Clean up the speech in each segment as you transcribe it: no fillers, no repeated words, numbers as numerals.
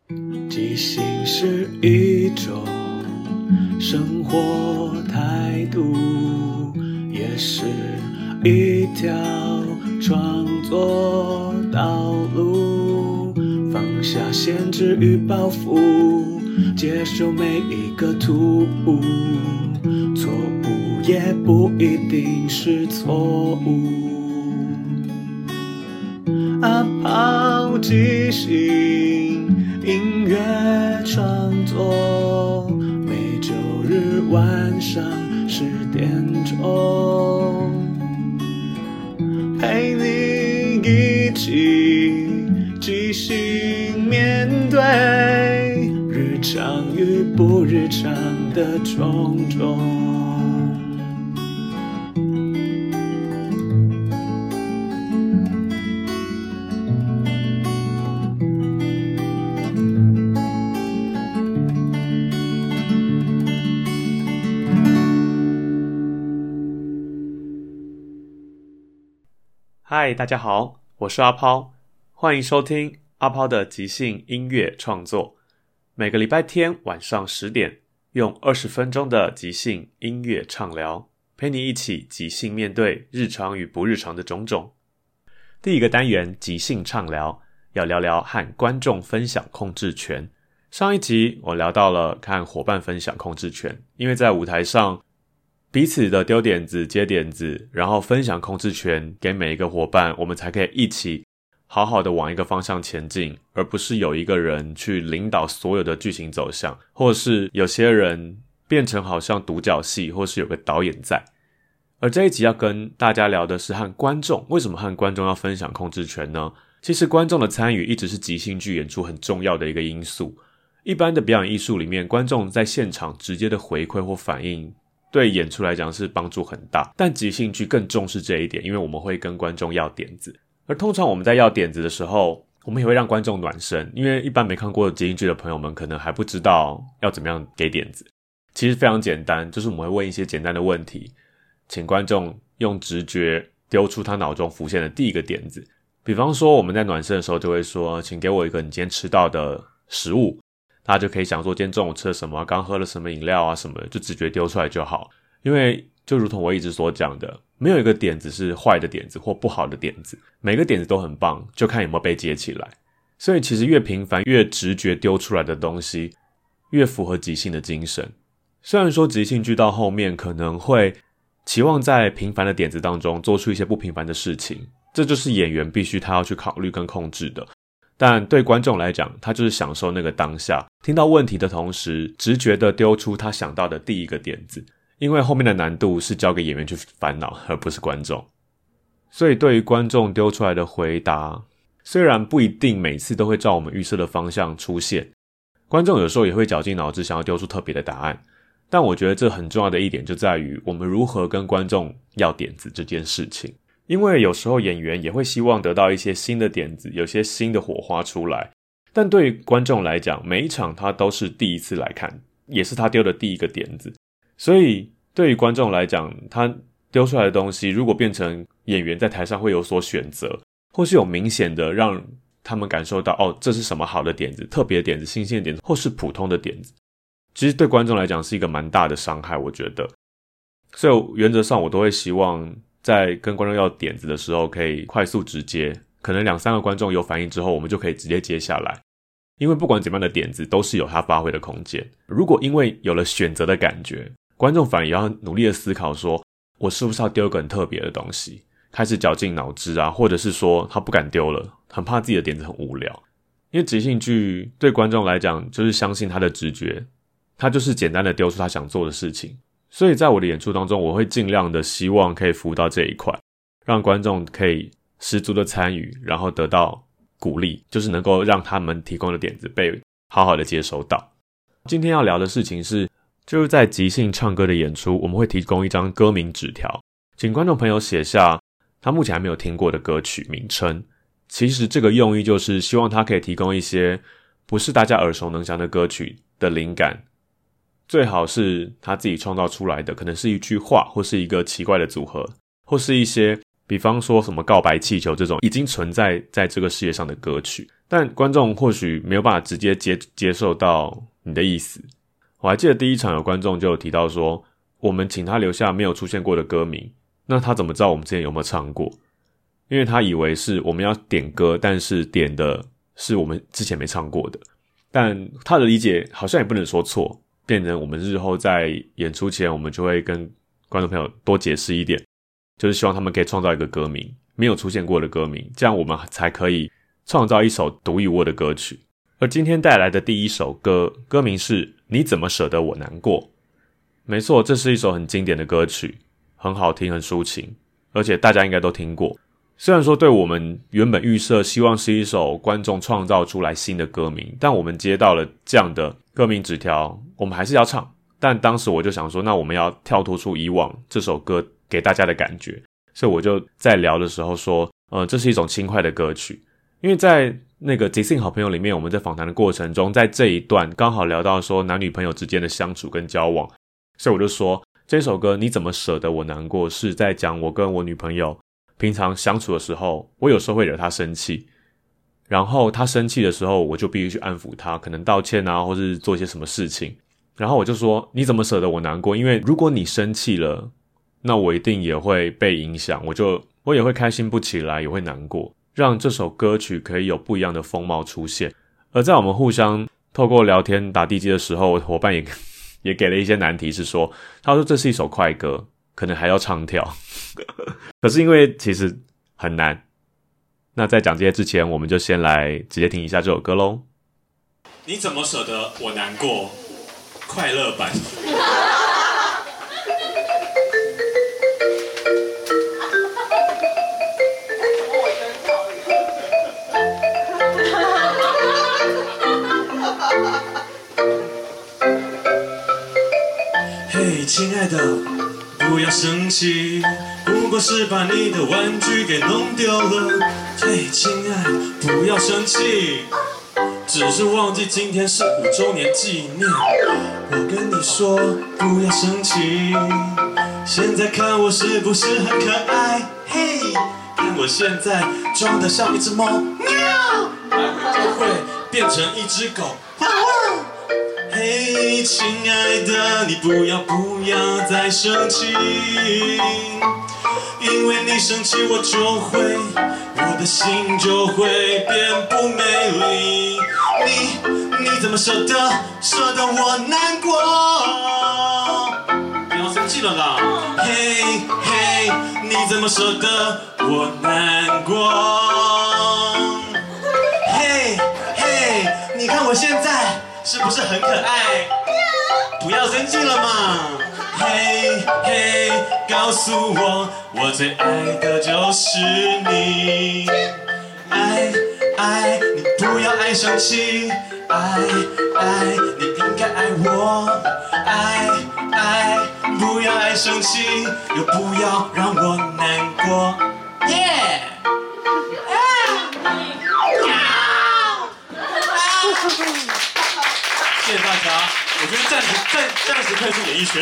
即兴是一种生活态度，也是一条创作道路。放下限制与包袱，接受每一个突兀，错误也不一定是错误。阿抛即兴音乐创作，每周日晚上10点钟，陪你一起即兴面对日常与不日常的种种。 嗨，大家好，我是阿抛，欢迎收听阿抛的即兴音乐创作。每个礼拜天晚上10点，用20分钟的即兴音乐畅聊，陪你一起即兴面对日常与不日常的种种。第一个单元即兴畅聊，要聊聊和观众分享控制权。上一集我聊到了和伙伴分享控制权，因为在舞台上彼此的丢点子接点子，然后分享控制权给每一个伙伴，我们才可以一起好好的往一个方向前进，而不是有一个人去领导所有的剧情走向，或是有些人变成好像独角戏，或是有个导演在。而这一集要跟大家聊的是和观众，为什么和观众要分享控制权呢？其实观众的参与一直是即兴剧演出很重要的一个因素。一般的表演艺术里面，观众在现场直接的回馈或反应对演出来讲是帮助很大，但即兴剧更重视这一点，因为我们会跟观众要点子。而通常我们在要点子的时候，我们也会让观众暖身，因为一般没看过即兴剧的朋友们可能还不知道要怎么样给点子。其实非常简单，就是我们会问一些简单的问题，请观众用直觉丢出他脑中浮现的第一个点子。比方说我们在暖身的时候就会说，请给我一个你今天吃到的食物，大家就可以想说今天中午吃了什么，刚喝了什么饮料啊什么的，就直觉丢出来就好。因为就如同我一直所讲的，没有一个点子是坏的点子或不好的点子，每个点子都很棒，就看有没有被接起来。所以其实越频繁越直觉丢出来的东西，越符合即兴的精神。虽然说即兴剧到后面可能会期望在频繁的点子当中做出一些不平凡的事情，这就是演员必须他要去考虑跟控制的。但对观众来讲，他就是享受那个当下，听到问题的同时，直觉的丢出他想到的第一个点子。因为后面的难度是交给演员去烦恼，而不是观众。所以对于观众丢出来的回答，虽然不一定每次都会照我们预设的方向出现，观众有时候也会绞尽脑汁想要丢出特别的答案，但我觉得这很重要的一点就在于我们如何跟观众要点子这件事情。因为有时候演员也会希望得到一些新的点子，有些新的火花出来，但对于观众来讲，每一场他都是第一次来看，也是他丢的第一个点子。所以对于观众来讲，他丢出来的东西如果变成演员在台上会有所选择，或是有明显的让他们感受到这是什么好的点子，特别的点子，新鲜的点子，或是普通的点子，其实对观众来讲是一个蛮大的伤害，我觉得。所以原则上我都会希望在跟观众要点子的时候可以快速直接，可能2-3个观众有反应之后，我们就可以直接接下来。因为不管怎么样的点子都是有它发挥的空间，如果因为有了选择的感觉，观众反而也要努力的思考说，我是不是要丢一个很特别的东西，开始绞尽脑汁啊，或者是说他不敢丢了，很怕自己的点子很无聊。因为即兴剧对观众来讲就是相信他的直觉，他就是简单的丢出他想做的事情。所以在我的演出当中，我会尽量的希望可以服务到这一块，让观众可以十足的参与，然后得到鼓励，就是能够让他们提供的点子被好好的接收到。今天要聊的事情是，就是在即兴唱歌的演出，我们会提供一张歌名纸条，请观众朋友写下他目前还没有听过的歌曲名称。其实这个用意就是希望他可以提供一些不是大家耳熟能详的歌曲的灵感，最好是他自己创造出来的，可能是一句话，或是一个奇怪的组合，或是一些比方说什么告白气球这种已经存在在这个世界上的歌曲，但观众或许没有办法直接接受到你的意思。我还记得第一场有观众就有提到说，我们请他留下没有出现过的歌名，那他怎么知道我们之前有没有唱过？因为他以为是我们要点歌，但是点的是我们之前没唱过的。但他的理解好像也不能说错，变成我们日后在演出前，我们就会跟观众朋友多解释一点，就是希望他们可以创造一个歌名，没有出现过的歌名，这样我们才可以创造一首独一无二的歌曲。而今天带来的第一首歌，歌名是你怎么舍得我难过。没错，这是一首很经典的歌曲，很好听，很抒情，而且大家应该都听过。虽然说对我们原本预设希望是一首观众创造出来新的歌名，但我们接到了这样的歌名纸条，我们还是要唱。但当时我就想说，那我们要跳脱出以往这首歌给大家的感觉，所以我就在聊的时候说，这是一种轻快的歌曲。因为在那个即兴好朋友里面，我们在访谈的过程中，在这一段刚好聊到说男女朋友之间的相处跟交往，所以我就说这首歌你怎么舍得我难过，是在讲我跟我女朋友平常相处的时候，我有时候会惹她生气，然后她生气的时候，我就必须去安抚她，可能道歉啊，或是做一些什么事情。然后我就说你怎么舍得我难过，因为如果你生气了，那我一定也会被影响，我也会开心不起来，也会难过，让这首歌曲可以有不一样的风貌出现。而在我们互相透过聊天打地基的时候，伙伴也给了一些难题，是说他说这是一首快歌，可能还要唱跳可是因为其实很难，那在讲这些之前，我们就先来直接听一下这首歌咯。 你怎么舍得我难过，快乐版嘿，亲爱的，不要生气，不过是把你的玩具给弄丢了。嘿，亲爱，不要生气，只是忘记今天是5周年纪念。我跟你说，不要生气，现在看我是不是很可爱？嘿，看我现在装得像一只猫，喵，待会就会变成一只狗，汪汪。嘿，亲爱的，你不要再生气，因为你生气我的心就会变不美丽。你怎么舍得我难过？不要生气了啦！嘿，你怎么舍得我难过？嘿，你看我现在是不是很可爱？不要生气了嘛！嘿，告诉我，我最爱的就是你。爱，你不要爱生气，爱，你应该爱我。爱，不要爱生气，又不要让我难过。耶！谢谢大家，我觉得暂时退出演艺圈。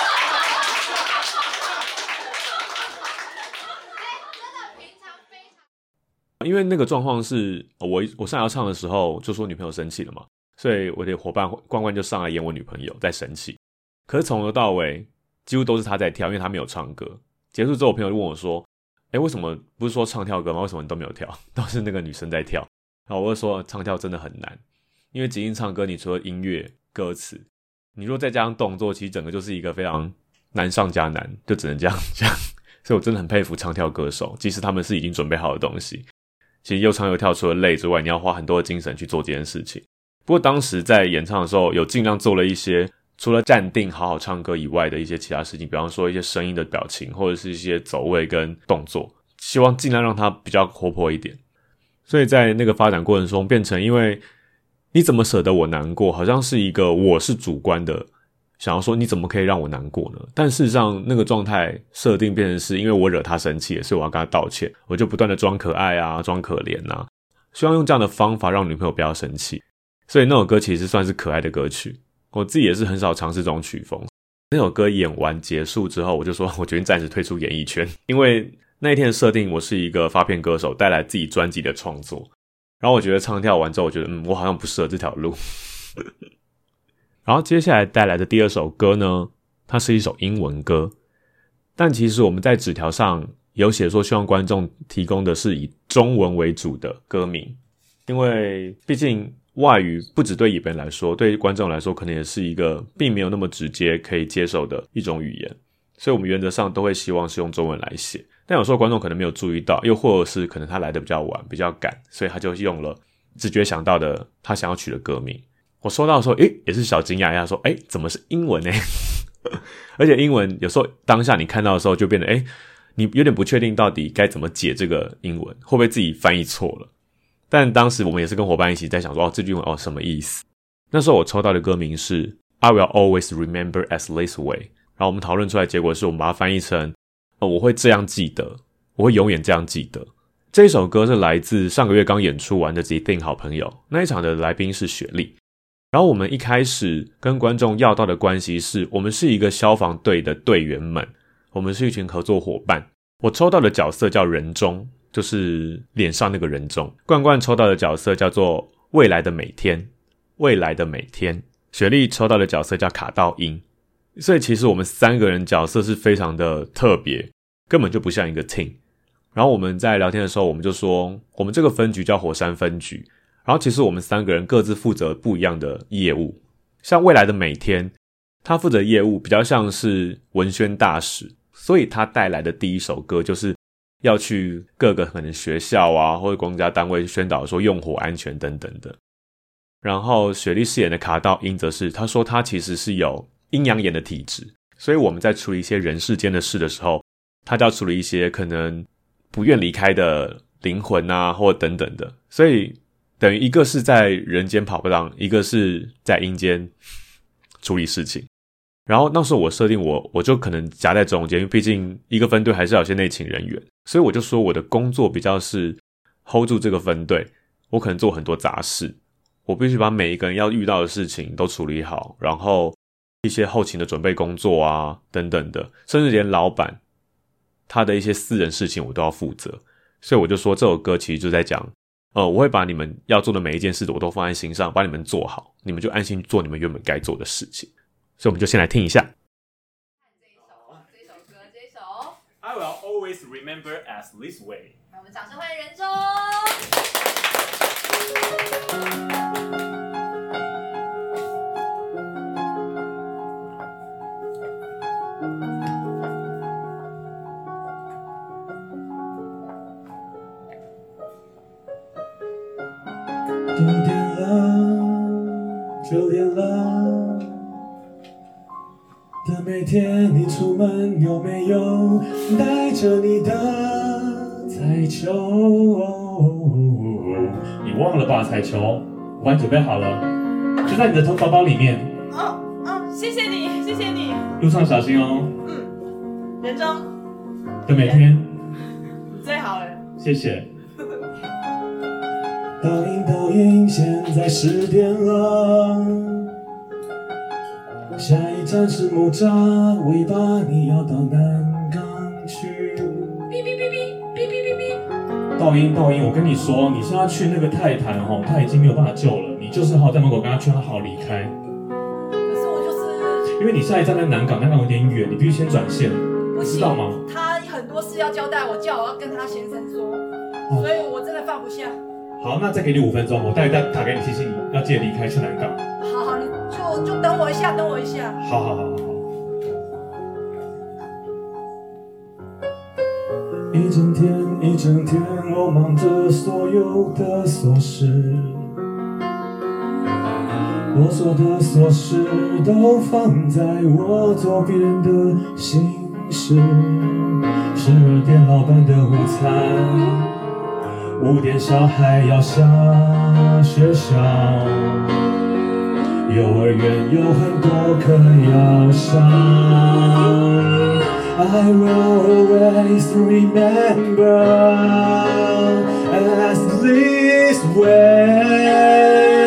因为那个状况是我上来要唱的时候就说女朋友生气了嘛，所以我的伙伴关关就上来演我女朋友在生气，可是从头到尾几乎都是他在跳，因为他没有唱歌。结束之后我朋友就问我说为什么不是说唱跳歌吗？为什么你都没有跳，都是那个女生在跳？然后我就说唱跳真的很难，因为即兴唱歌你除了音乐歌词，你如果再加上动作，其实整个就是一个非常难上加难，就只能这样所以我真的很佩服唱跳歌手，即使他们是已经准备好的东西，其实又唱又跳，除了累之外，你要花很多的精神去做这件事情。不过当时在演唱的时候，有尽量做了一些除了站定好好唱歌以外的一些其他事情，比方说一些声音的表情，或者是一些走位跟动作，希望尽量让它比较活泼一点。所以在那个发展过程中，变成因为你怎么舍得我难过，好像是一个我是主观的想要说你怎么可以让我难过呢？但事实上那个状态设定变成是因为我惹他生气了，所以我要跟他道歉，我就不断的装可爱啊，装可怜啊，希望用这样的方法让女朋友不要生气。所以那首歌其实算是可爱的歌曲，我自己也是很少尝试这种曲风。那首歌演完结束之后，我就说我决定暂时退出演艺圈，因为那一天的设定，我是一个发片歌手，带来自己专辑的创作。然后我觉得唱跳完之后，我觉得我好像不适合这条路。然后接下来带来的第二首歌呢，它是一首英文歌，但其实我们在纸条上有写说希望观众提供的是以中文为主的歌名，因为毕竟外语不只对演员来说，对观众来说可能也是一个并没有那么直接可以接受的一种语言，所以我们原则上都会希望是用中文来写。但有时候观众可能没有注意到，又或者是可能他来的比较晚比较赶，所以他就用了直觉想到的他想要取的歌名。我收到的时候也是小惊讶一下，说怎么是英文呢？而且英文有时候当下你看到的时候就变得你有点不确定到底该怎么解这个英文，会不会自己翻译错了。但当时我们也是跟伙伴一起在想说这句英文什么意思。那时候我抽到的歌名是 I will always remember as this way， 然后我们讨论出来的结果是我们把它翻译成我会这样记得，我会永远这样记得。这一首歌是来自上个月刚演出完的 Z-Thing 好朋友，那一场的来宾是雪莉。然后我们一开始跟观众要到的关系是，我们是一个消防队的队员们，我们是一群合作伙伴。我抽到的角色叫人中，就是脸上那个人中。冠冠抽到的角色叫做未来的每天，未来的每天。雪莉抽到的角色叫卡道英。所以其实我们三个人角色是非常的特别，根本就不像一个 team。然后我们在聊天的时候，我们就说我们这个分局叫火山分局，然后其实我们三个人各自负责不一样的业务。像未来的每天，他负责业务比较像是文宣大使，所以他带来的第一首歌就是要去各个可能学校啊或者公家单位宣导说用火安全等等的。然后雪莉饰演的卡道英则是他说他其实是有阴阳眼的体质，所以我们在处理一些人世间的事的时候，他就要处理一些可能不愿离开的灵魂啊或等等的，所以等于一个是在人间跑不荡，一个是在阴间处理事情。然后那时候我设定我就可能夹在中间，因为毕竟一个分队还是要有些内勤人员，所以我就说我的工作比较是 hold 住这个分队，我可能做很多杂事，我必须把每一个人要遇到的事情都处理好，然后一些后勤的准备工作啊等等的，甚至连老板他的一些私人事情我都要负责。所以我就说这首歌其实就在讲我会把你们要做的每一件事我都放在心上，把你们做好，你们就安心做你们原本该做的事情。所以我们就先来听一下这首歌，这首 I will always remember as this way。 那我们掌声欢迎人中。 9点了，9点了的每天，你出门有没有带着你的彩球？你忘了吧？彩球，我帮你准备好了，就在你的包包里面。 谢谢你，谢谢你。 路上小心哦。 人中的每天， 你最好了。 谢谢。倒影，现在10点了，下一站是木栅，尾巴你要到南港去。 哔哔哔哔哔哔哔哔。 倒音，我跟你说，你是要去那个泰坦他已经没有办法救了，你就是好好在门口跟他劝他好好离开。 可是我就是因为你下一站在南港有点远，你必须先转线， 不行， 知道吗？ 他很多事要交代我，叫我要跟他先生说，所以我真的放不下。 好，那再给你5分钟，我待会再打给你提醒你要记得离开去南港。 好，你就等我一下，等我一下。 好。 一整天，我忙着所有的琐事，我所的琐事都放在我左边的心事。12点老板的午餐，5点小孩要下学校，幼儿园有很多课要上。I will always remember as this way。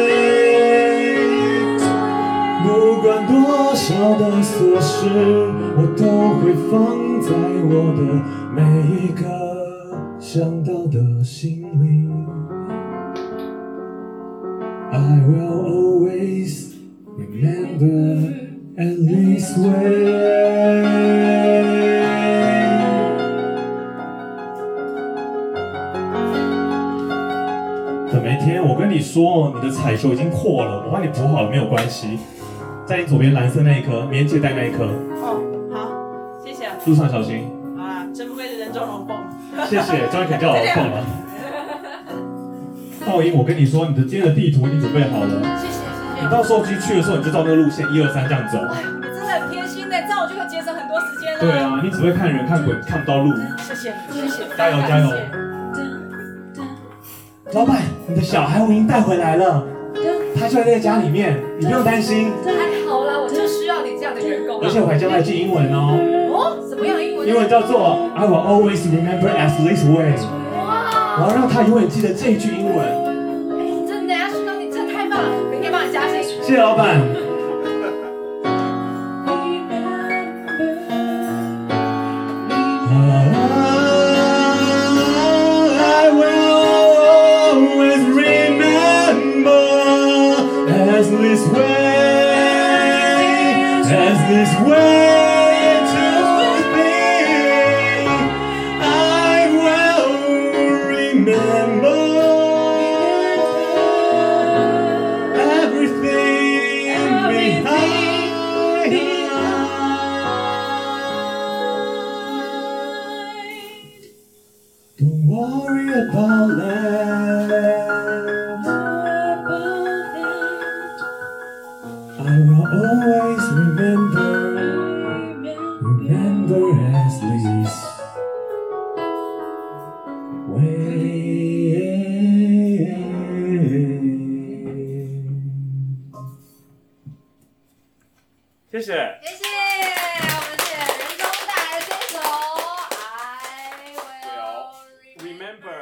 不管多少的琐事，我都会放在我的每一个想到的心里。I will always remember at this way。 等每天我跟你说你的彩球已经破了，我帮你补好了，没有关系，在你左边蓝色那一颗，棉借带那一颗。 哦，好，谢谢。 路上小心。 好啦，真不愧是人中龙凤。 谢谢，终于可以叫我凤了。道英，我跟你说，你的今天的地图已经准备好了。 谢谢谢谢。 你到时候去的时候，你就照那个路线1、2、3这样走。 你真的很贴心呢，这样我就可以节省很多时间了。 对啊，你只会看人看鬼，看不到路。 谢谢谢谢， 加油加油！老板，你的小孩我已经带回来了，他就在家里面，你不用担心。 太好了，我就需要你这样的员工。 而且我还教他一句英文哦。 哦，什么样的英文？ 英文叫做 I will always remember as this way。 哇！ 我要让他永远记得这一句英文。 哎，真的呀，徐总，你真的太棒了，明天帮你加薪。 谢谢老板。I will always remember as this way to be. I will remember everything behind. Don't worry about that. I will always remember as this way。 谢谢。 谢谢，我们谢人中带来这首 I will Remember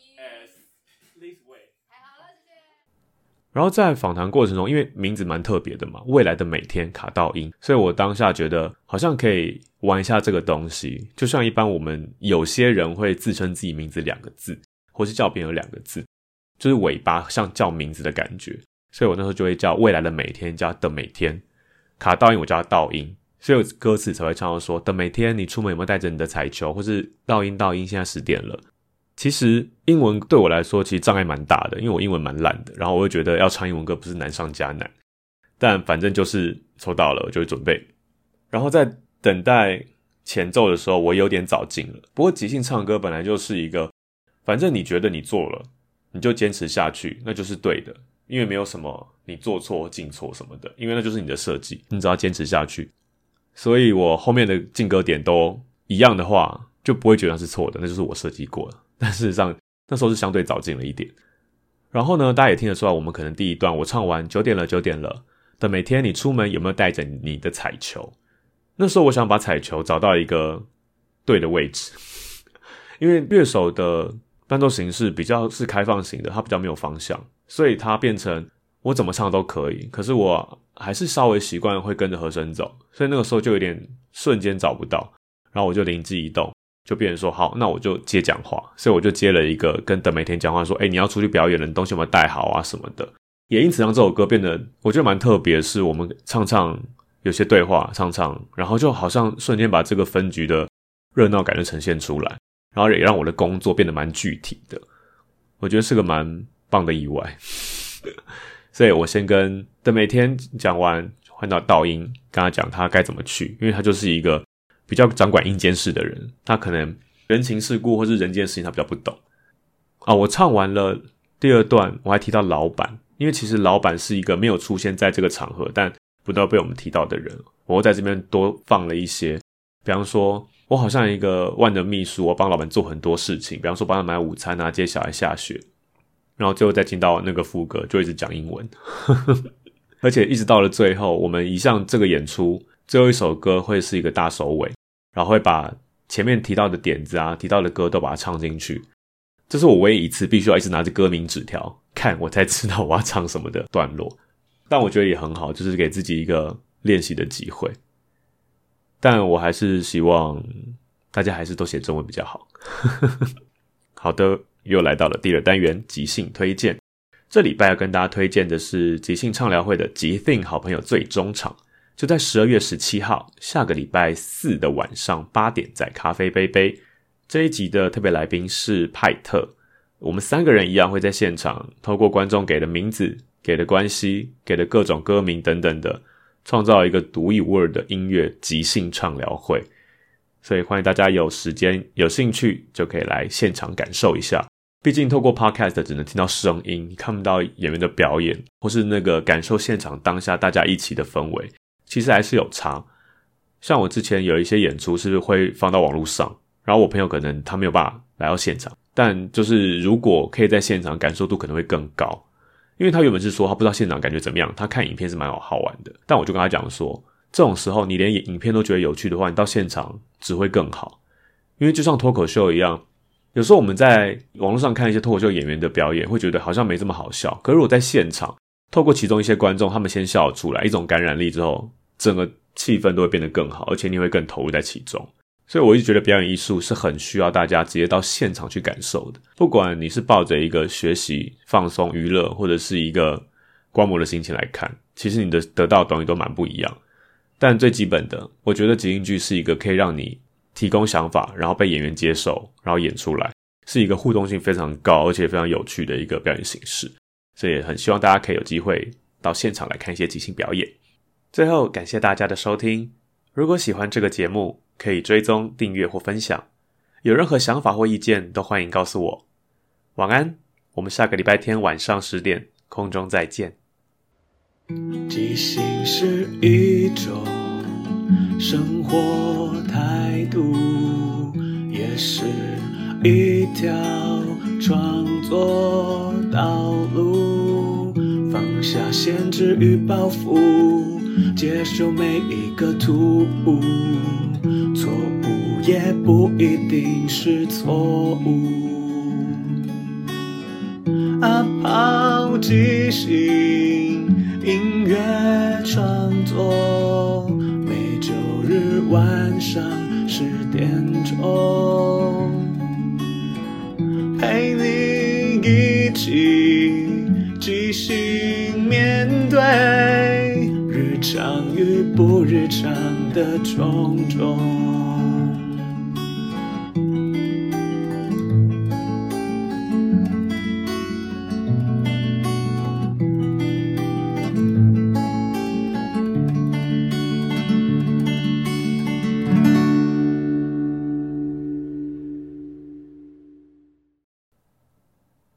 as this way。 太好了，谢谢。 然后在访谈过程中，因为名字蛮特别的嘛，未来的每天卡到音，所以我当下觉得好像可以玩一下这个东西，就像一般我们有些人会自称自己名字2个字，或是叫别人有2个字，就是尾巴像叫名字的感觉，所以我那时候就会叫未来的每天加的每天，卡到音我叫它倒音，所以歌词才会唱到说的每天你出门有没有带着你的彩球，或是倒音现在10点了。其实英文对我来说其实障碍蛮大的，因为我英文蛮烂的，然后我会觉得要唱英文歌不是难上加难，但反正就是抽到了我就会准备。然后在等待前奏的时候我有点早进了，不过即兴唱歌本来就是一个反正你觉得你做了你就坚持下去，那就是对的，因为没有什么你做错进错什么的，因为那就是你的设计，你只要坚持下去。所以我后面的进歌点都一样的话就不会觉得它是错的，那就是我设计过的，但事实上那时候是相对早进了一点。然后呢大家也听得出来，我们可能第一段我唱完9点了的每天你出门有没有带着你的彩球，那时候我想把彩球找到一个对的位置因为乐手的伴奏形式比较是开放型的，它比较没有方向，所以它变成我怎么唱都可以，可是我还是稍微习惯会跟着和声走，所以那个时候就有点瞬间找不到，然后我就灵机一动，就变成说好，那我就接讲话，所以我就接了一个跟等每天讲话说你要出去表演了，你东西有没有带好啊什么的，也因此让这首歌变得我觉得蛮特别，是我们唱有些对话唱，然后就好像瞬间把这个分局的热闹感就呈现出来，然后也让我的工作变得蛮具体的，我觉得是个蛮棒的意外所以我先跟等每天讲完，换到倒音跟他讲他该怎么去，因为他就是一个比较掌管阴间事的人，他可能人情世故或是人间事情他比较不懂我唱完了第2段，我还提到老板，因为其实老板是一个没有出现在这个场合但不断被我们提到的人，我在这边多放了一些，比方说我好像一个万能秘书，我帮老板做很多事情，比方说帮他买午餐啊，接小孩下学，然后最后再进到那个副歌就一直讲英文而且一直到了最后，我们一向这个演出最后一首歌会是一个大收尾，然后会把前面提到的点子啊提到的歌都把它唱进去，这是我唯一一次必须要一直拿着歌名纸条看我才知道我要唱什么的段落，但我觉得也很好，就是给自己一个练习的机会。但我还是希望大家还是都写中文比较好。好的，又来到了第二单元即兴推荐。这礼拜要跟大家推荐的是即兴畅聊会的即兴好朋友最终场，就在12月17号下个礼拜4的晚上8点在咖啡杯杯。这一集的特别来宾是派特，我们3个人一样会在现场透过观众给的名字、给的关系、给的各种歌名等等的，创造一个独一无二的音乐即兴畅聊会。所以欢迎大家有时间有兴趣就可以来现场感受一下，毕竟透过 podcast 只能听到声音，你看不到演员的表演，或是那个感受现场当下大家一起的氛围，其实还是有差。像我之前有一些演出是会放到网络上，然后我朋友可能他没有办法来到现场，但就是如果可以在现场感受度可能会更高，因为他原本是说他不知道现场感觉怎么样，他看影片是蛮好玩的，但我就跟他讲说，这种时候你连影片都觉得有趣的话，你到现场只会更好。因为就像脱口秀一样，有时候我们在网络上看一些脱口秀演员的表演，会觉得好像没这么好笑，可是如果在现场透过其中一些观众他们先笑出来，一种感染力之后，整个气氛都会变得更好，而且你会更投入在其中。所以我一直觉得表演艺术是很需要大家直接到现场去感受的，不管你是抱着一个学习、放松、娱乐，或者是一个观摩的心情来看，其实你的得到的东西都蛮不一样。但最基本的，我觉得即兴剧是一个可以让你提供想法，然后被演员接受，然后演出来，是一个互动性非常高而且非常有趣的一个表演形式。所以也很希望大家可以有机会到现场来看一些即兴表演。最后感谢大家的收听，如果喜欢这个节目，可以追踪、订阅或分享。有任何想法或意见都欢迎告诉我。晚安，我们下个礼拜天晚上10点空中再见。 即兴是一种生活态度，也是一条创作道路。放下限制与包袱，接受每一个突兀，错误也不一定是错误。阿炮即兴音乐创作，每周日晚上10点钟，陪你一起即兴面对日常与不日常的种种。